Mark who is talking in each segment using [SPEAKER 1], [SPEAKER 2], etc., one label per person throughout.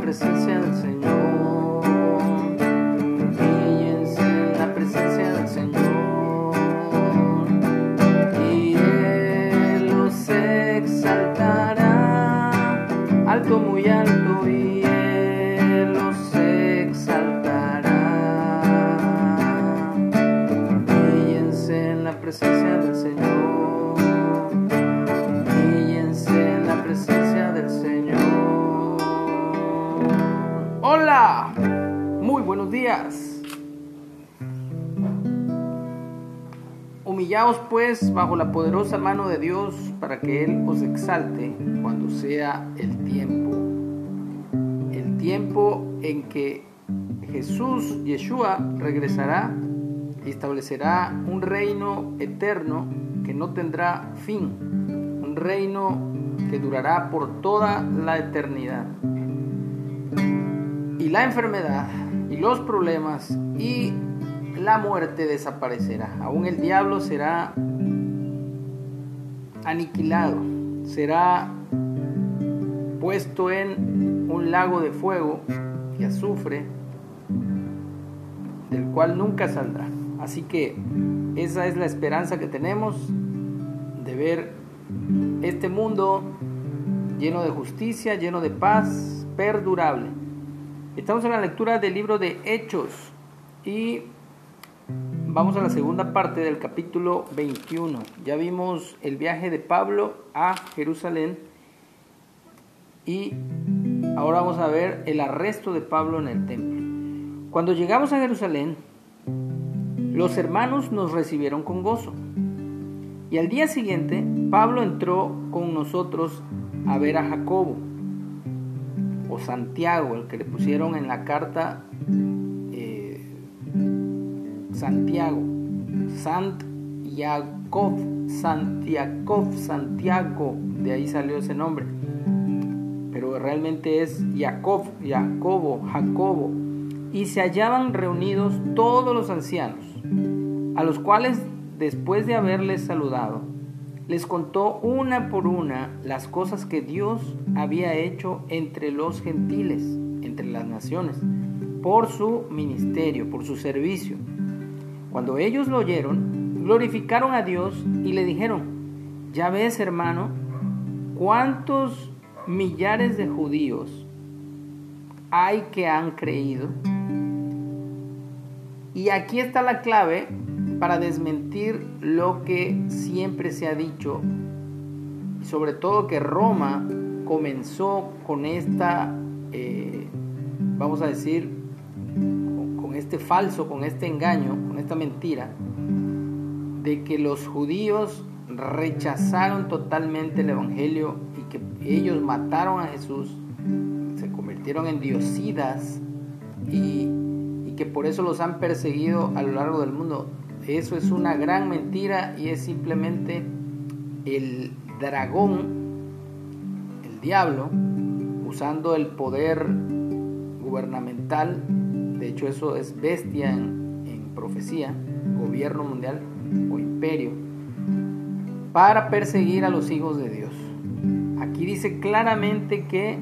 [SPEAKER 1] presencia del Señor, humíllense en la presencia del Señor, y Él los exaltará, alto, muy alto, y Él los exaltará. Humíllense en la presencia del Señor, humíllense en la presencia del Señor. Hola, muy buenos días. Humillaos pues bajo la poderosa mano de Dios para que Él os exalte cuando sea el tiempo en que Jesús, Yeshua, regresará y establecerá un reino eterno que no tendrá fin, un reino que durará por toda la eternidad. Y la enfermedad y los problemas y la muerte desaparecerá. Aún el diablo será aniquilado, será puesto en un lago de fuego y azufre, del cual nunca saldrá. Así que esa es la esperanza que tenemos de ver este mundo lleno de justicia, lleno de paz, perdurable. Estamos en la lectura del libro de Hechos y vamos a la segunda parte del capítulo 21. Ya vimos el viaje de Pablo a Jerusalén y ahora vamos a ver el arresto de Pablo en el templo. Cuando llegamos a Jerusalén, los hermanos nos recibieron con gozo. Y al día siguiente, Pablo entró con nosotros a ver a Jacobo, o Santiago, el que le pusieron en la carta Santiago, Santiago, de ahí salió ese nombre, pero realmente es Jacobo, y se hallaban reunidos todos los ancianos, a los cuales, después de haberles saludado, les contó una por una las cosas que Dios había hecho entre los gentiles, entre las naciones, por su ministerio, por su servicio. Cuando ellos lo oyeron, glorificaron a Dios y le dijeron: ya ves, hermano, cuántos millares de judíos hay que han creído. Y aquí está la clave para desmentir lo que siempre se ha dicho, y sobre todo que Roma comenzó con esta, vamos a decir, con este falso, con este engaño, con esta mentira, de que los judíos rechazaron totalmente el evangelio y que ellos mataron a Jesús, se convirtieron en diocidas y que por eso los han perseguido a lo largo del mundo. Eso es una gran mentira y es simplemente el dragón, el diablo, usando el poder gubernamental. De hecho, eso es bestia en profecía, gobierno mundial o imperio, para perseguir a los hijos de Dios. Aquí dice claramente que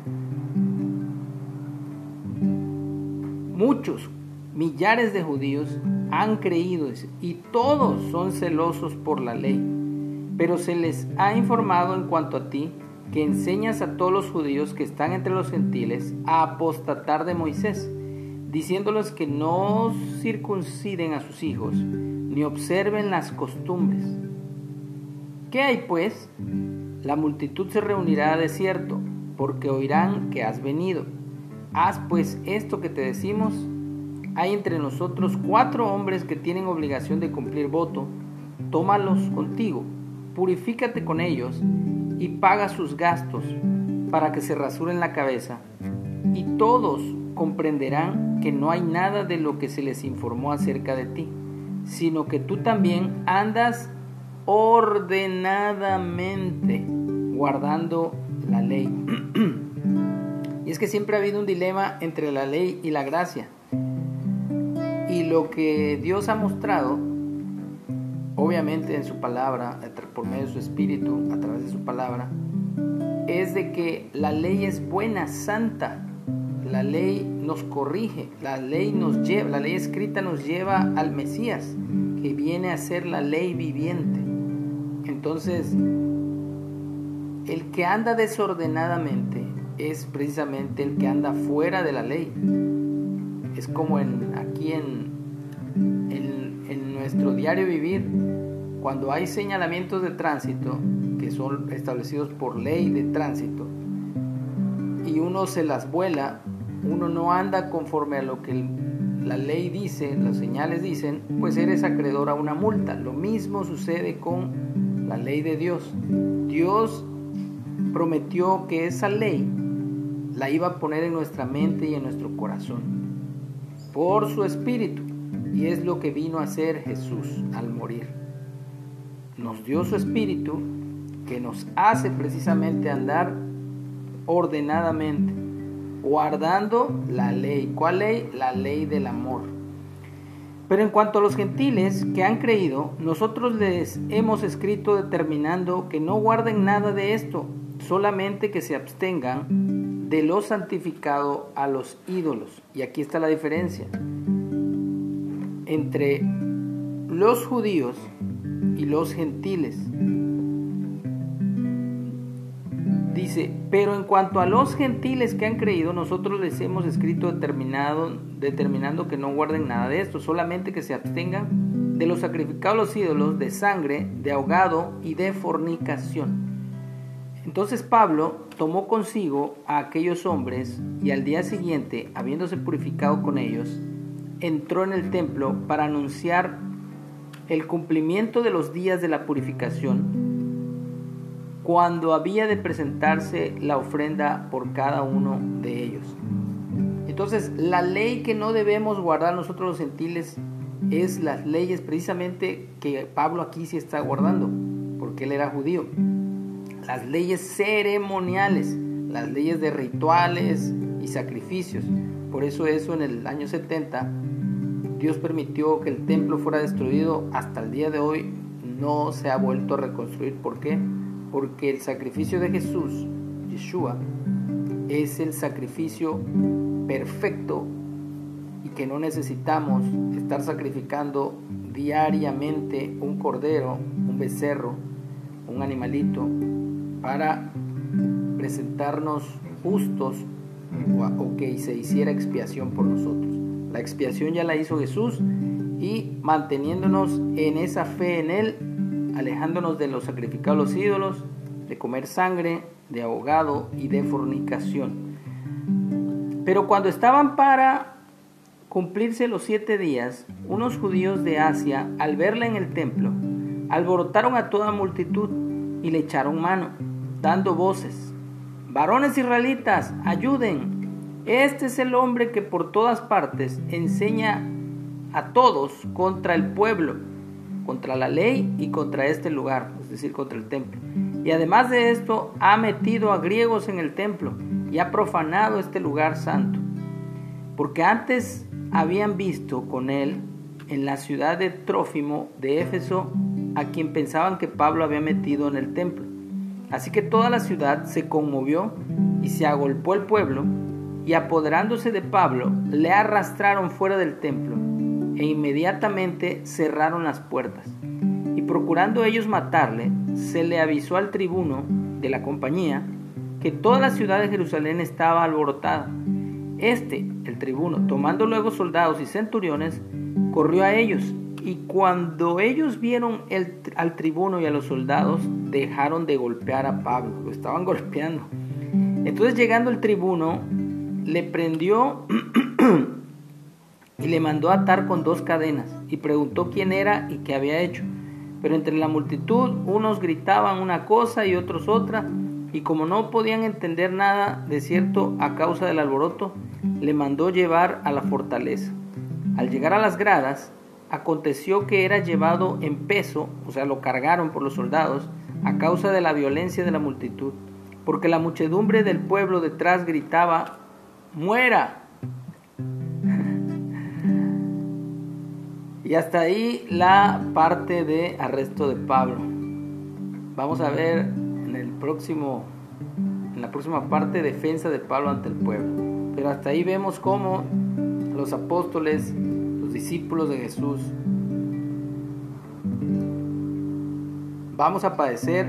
[SPEAKER 1] muchos, millares de judíos han creído y todos son celosos por la ley, pero se les ha informado en cuanto a ti, que enseñas a todos los judíos que están entre los gentiles a apostatar de Moisés, diciéndoles que no circunciden a sus hijos ni observen las costumbres. ¿Qué hay pues? La multitud se reunirá de cierto, porque oirán que has venido. Haz pues esto que te decimos. Hay entre nosotros 4 hombres que tienen obligación de cumplir voto. Tómalos contigo, purifícate con ellos y paga sus gastos para que se rasuren la cabeza. Y todos comprenderán que no hay nada de lo que se les informó acerca de ti, sino que tú también andas ordenadamente guardando la ley. Y es que siempre ha habido un dilema entre la ley y la gracia. Y lo que Dios ha mostrado, obviamente en su palabra, por medio de su espíritu, a través de su palabra, es de que la ley es buena, santa, la ley nos corrige, la ley escrita nos lleva al Mesías, que viene a ser la ley viviente. Entonces, el que anda desordenadamente es precisamente el que anda fuera de la ley. Es como aquí en nuestro diario vivir, cuando hay señalamientos de tránsito que son establecidos por ley de tránsito y uno se las vuela, uno no anda conforme a lo que la ley dice, las señales dicen, pues eres acreedor a una multa. Lo mismo sucede con la ley de Dios. Dios prometió que esa ley la iba a poner en nuestra mente y en nuestro corazón por su Espíritu, y es lo que vino a hacer Jesús al morir. Nos dio su Espíritu, que nos hace precisamente andar ordenadamente, guardando la ley. ¿Cuál ley? La ley del amor. Pero en cuanto a los gentiles que han creído, nosotros les hemos escrito determinando que no guarden nada de esto, solamente que se abstengan de lo santificado a los ídolos. Y aquí está la diferencia entre los judíos y los gentiles. Dice, pero en cuanto a los gentiles que han creído, nosotros les hemos escrito determinando que no guarden nada de esto, solamente que se abstengan de los sacrificados a los ídolos, de sangre, de ahogado y de fornicación. Entonces Pablo tomó consigo a aquellos hombres y al día siguiente, habiéndose purificado con ellos, entró en el templo para anunciar el cumplimiento de los días de la purificación, cuando había de presentarse la ofrenda por cada uno de ellos. Entonces, la ley que no debemos guardar nosotros los gentiles es las leyes precisamente que Pablo aquí sí está guardando, porque él era judío. Las leyes ceremoniales, las leyes de rituales y sacrificios. Por eso en el año 70 Dios permitió que el templo fuera destruido. Hasta el día de hoy no se ha vuelto a reconstruir. ¿Por qué? Porque el sacrificio de Jesús, Yeshua, es el sacrificio perfecto y que no necesitamos estar sacrificando diariamente un cordero, un becerro, un animalito para presentarnos justos o que se hiciera expiación por nosotros. La expiación ya la hizo Jesús, y manteniéndonos en esa fe en Él, alejándonos de los sacrificados a los ídolos, de comer sangre, de ahogado y de fornicación. Pero cuando estaban para cumplirse los 7 días, unos judíos de Asia, al verla en el templo, alborotaron a toda multitud y le echaron mano, dando voces: varones israelitas, ayuden. Este es el hombre que por todas partes enseña a todos contra el pueblo, contra la ley y contra este lugar, es decir, contra el templo. Y además de esto, ha metido a griegos en el templo y ha profanado este lugar santo. Porque antes habían visto con él en la ciudad de Trófimo de Éfeso a quien pensaban que Pablo había metido en el templo. Así que toda la ciudad se conmovió y se agolpó el pueblo, y apoderándose de Pablo, le arrastraron fuera del templo e inmediatamente cerraron las puertas. Y procurando ellos matarle, se le avisó al tribuno de la compañía que toda la ciudad de Jerusalén estaba alborotada. El tribuno, tomando luego soldados y centuriones, corrió a ellos, y cuando ellos vieron al tribuno y a los soldados, dejaron de golpear a Pablo, lo estaban golpeando. Entonces, llegando el tribuno, le prendió y le mandó atar con 2 cadenas, y preguntó quién era y qué había hecho. Pero entre la multitud unos gritaban una cosa y otros otra, y como no podían entender nada de cierto a causa del alboroto, le mandó llevar a la fortaleza. Al llegar a las gradas, aconteció que era llevado en peso, o sea, lo cargaron por los soldados, a causa de la violencia de la multitud, porque la muchedumbre del pueblo detrás gritaba: ¡muera! Y hasta ahí la parte de arresto de Pablo. Vamos a ver en la próxima parte, defensa de Pablo ante el pueblo. Pero hasta ahí vemos cómo los apóstoles, los discípulos de Jesús, vamos a padecer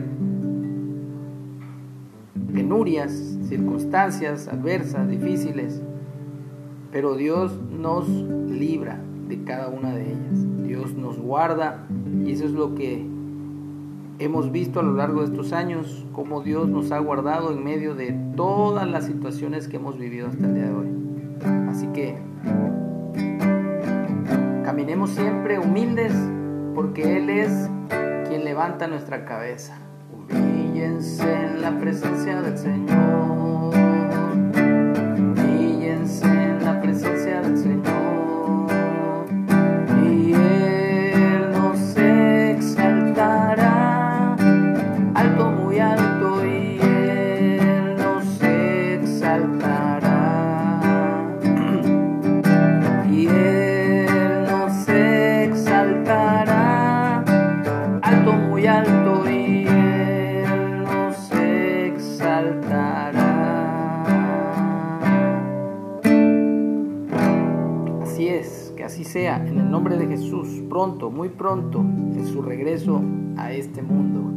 [SPEAKER 1] penurias, circunstancias adversas, difíciles, pero Dios nos libra de cada una de ellas. Dios nos guarda, y eso es lo que hemos visto a lo largo de estos años, cómo Dios nos ha guardado en medio de todas las situaciones que hemos vivido hasta el día de hoy. Así que caminemos siempre humildes, porque Él es quien levanta nuestra cabeza. Humíllense en la presencia del Señor. Humíllense en la presencia del Señor. Y Él nos exaltará alto, muy alto, y Él nos exaltará. Y Él nos exaltará alto, muy alto, y Él nos exaltará. Así es, que así sea, en el nombre de Jesús, pronto, muy pronto, en su regreso a este mundo,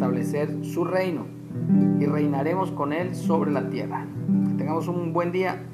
[SPEAKER 1] establecer su reino, y reinaremos con Él sobre la tierra. Que tengamos un buen día.